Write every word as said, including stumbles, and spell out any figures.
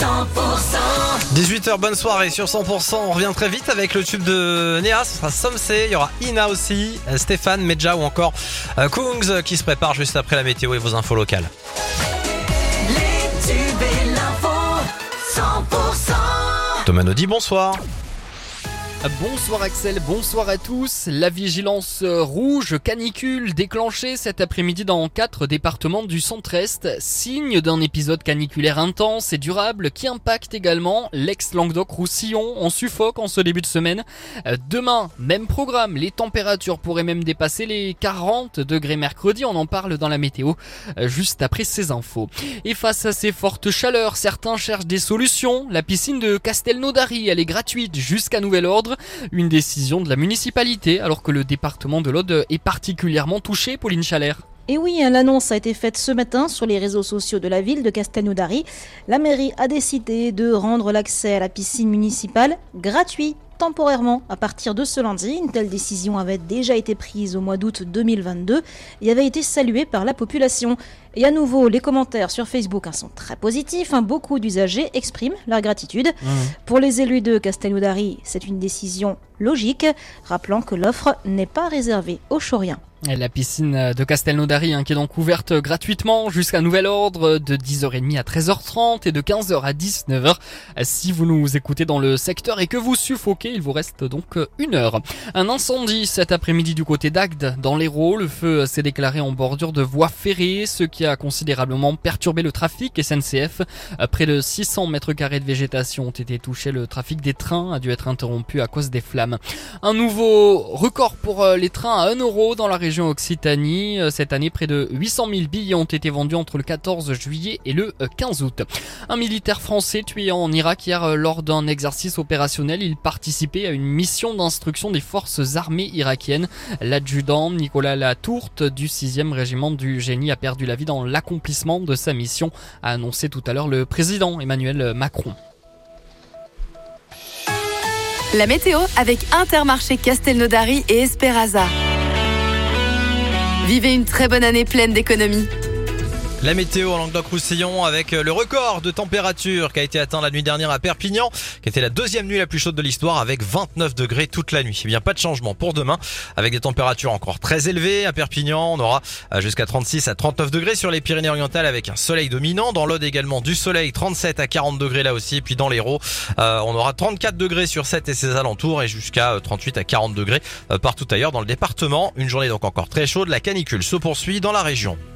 cent pour cent. dix-huit heures, bonne soirée sur cent pour cent. On revient très vite avec le tube de Néa. Ce sera Somsé, il y aura Ina aussi, Stéphane, Medja ou encore euh, Kungs qui se prépare juste après la météo et vos infos locales. Les tubes et l'info, cent pour cent. Thomas Naudy, bonsoir. Bonsoir Axel, bonsoir à tous. La vigilance rouge canicule déclenchée cet après-midi dans quatre départements du centre-est, signe d'un épisode caniculaire intense et durable qui impacte également l'ex-Languedoc-Roussillon. On suffoque en ce début de semaine. Demain, même programme, les températures pourraient même dépasser les quarante degrés mercredi. On en parle dans la météo juste après ces infos. Et face à ces fortes chaleurs, certains cherchent des solutions. La piscine de Castelnaudary, elle est gratuite jusqu'à nouvel ordre. Une décision de la municipalité alors que le département de l'Aude est particulièrement touché, Pauline Chalère. Et oui, l'annonce a été faite ce matin sur les réseaux sociaux de la ville de Castelnaudary. La mairie a décidé de rendre l'accès à la piscine municipale gratuit temporairement à partir de ce lundi. Une telle décision avait déjà été prise au mois d'août deux mille vingt-deux et avait été saluée par la population. Et à nouveau, les commentaires sur Facebook hein, sont très positifs. Hein. Beaucoup d'usagers expriment leur gratitude. Mmh. Pour les élus de Castelnaudary, c'est une décision logique, rappelant que l'offre n'est pas réservée aux Chauriens. La piscine de Castelnaudary hein, qui est donc ouverte gratuitement jusqu'à nouvel ordre de dix heures trente à treize heures trente et de quinze heures à dix-neuf heures. Si vous nous écoutez dans le secteur et que vous suffoquez, il vous reste donc une heure. Un incendie cet après-midi du côté d'Agde dans l'Hérault. Le feu s'est déclaré en bordure de voie ferrée, ce qui a considérablement perturbé le trafic S N C F. Près de six cents mètres carrés de végétation ont été touchés. Le trafic des trains a dû être interrompu à cause des flammes. Un nouveau record pour les trains à un euro dans la région Occitanie. Cette année, près de huit cent mille billets ont été vendus entre le quatorze juillet et le quinze août. Un militaire français tué en Irak hier lors d'un exercice opérationnel. Il participait à une mission d'instruction des forces armées irakiennes. L'adjudant Nicolas Latourte du sixième régiment du génie a perdu la vie dans l'accomplissement de sa mission, a annoncé tout à l'heure le président Emmanuel Macron. La météo avec Intermarché Castelnaudary et Esperaza. Vivez une très bonne année pleine d'économies. La météo en Languedoc-Roussillon avec le record de température qui a été atteint la nuit dernière à Perpignan, qui était la deuxième nuit la plus chaude de l'histoire avec vingt-neuf degrés toute la nuit. Eh bien, pas de changement pour demain avec des températures encore très élevées. À Perpignan, on aura jusqu'à trente-six à trente-neuf degrés sur les Pyrénées-Orientales avec un soleil dominant. Dans l'Aude également du soleil, trente-sept à quarante degrés là aussi. Et puis dans l'Hérault, euh, on aura trente-quatre degrés sur Sète et ses alentours et jusqu'à trente-huit à quarante degrés euh, partout ailleurs dans le département. Une journée donc encore très chaude. La canicule se poursuit dans la région.